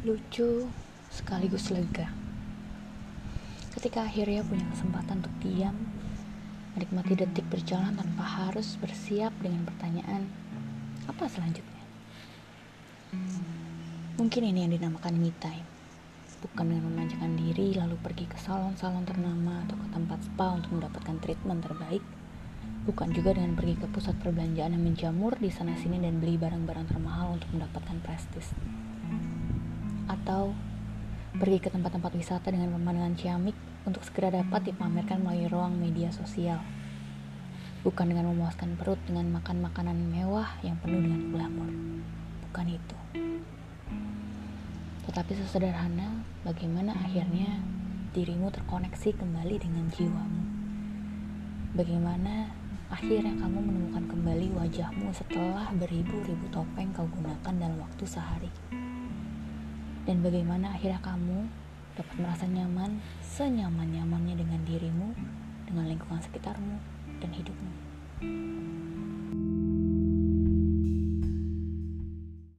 lucu sekaligus lega ketika akhirnya punya kesempatan untuk diam, menikmati detik berjalan tanpa harus bersiap dengan pertanyaan apa selanjutnya. Mungkin ini yang dinamakan me time, bukan dengan memanjakan diri lalu pergi ke salon-salon ternama atau ke tempat spa untuk mendapatkan treatment terbaik, bukan juga dengan pergi ke pusat perbelanjaan yang menjamur di sana sini dan beli barang-barang termahal untuk mendapatkan prestis, atau pergi ke tempat-tempat wisata dengan pemandangan ciamik untuk segera dapat dipamerkan melalui ruang media sosial, bukan dengan memuaskan perut dengan makan makanan mewah yang penuh dengan glamor. Bukan itu. Tetapi sesederhana bagaimana akhirnya dirimu terkoneksi kembali dengan jiwamu. Bagaimana akhirnya kamu menemukan kembali wajahmu setelah beribu-ribu topeng kau gunakan dalam waktu sehari. Dan bagaimana akhirnya kamu dapat merasa nyaman, senyaman-nyamannya dengan dirimu, dengan lingkungan sekitarmu, dan hidupmu.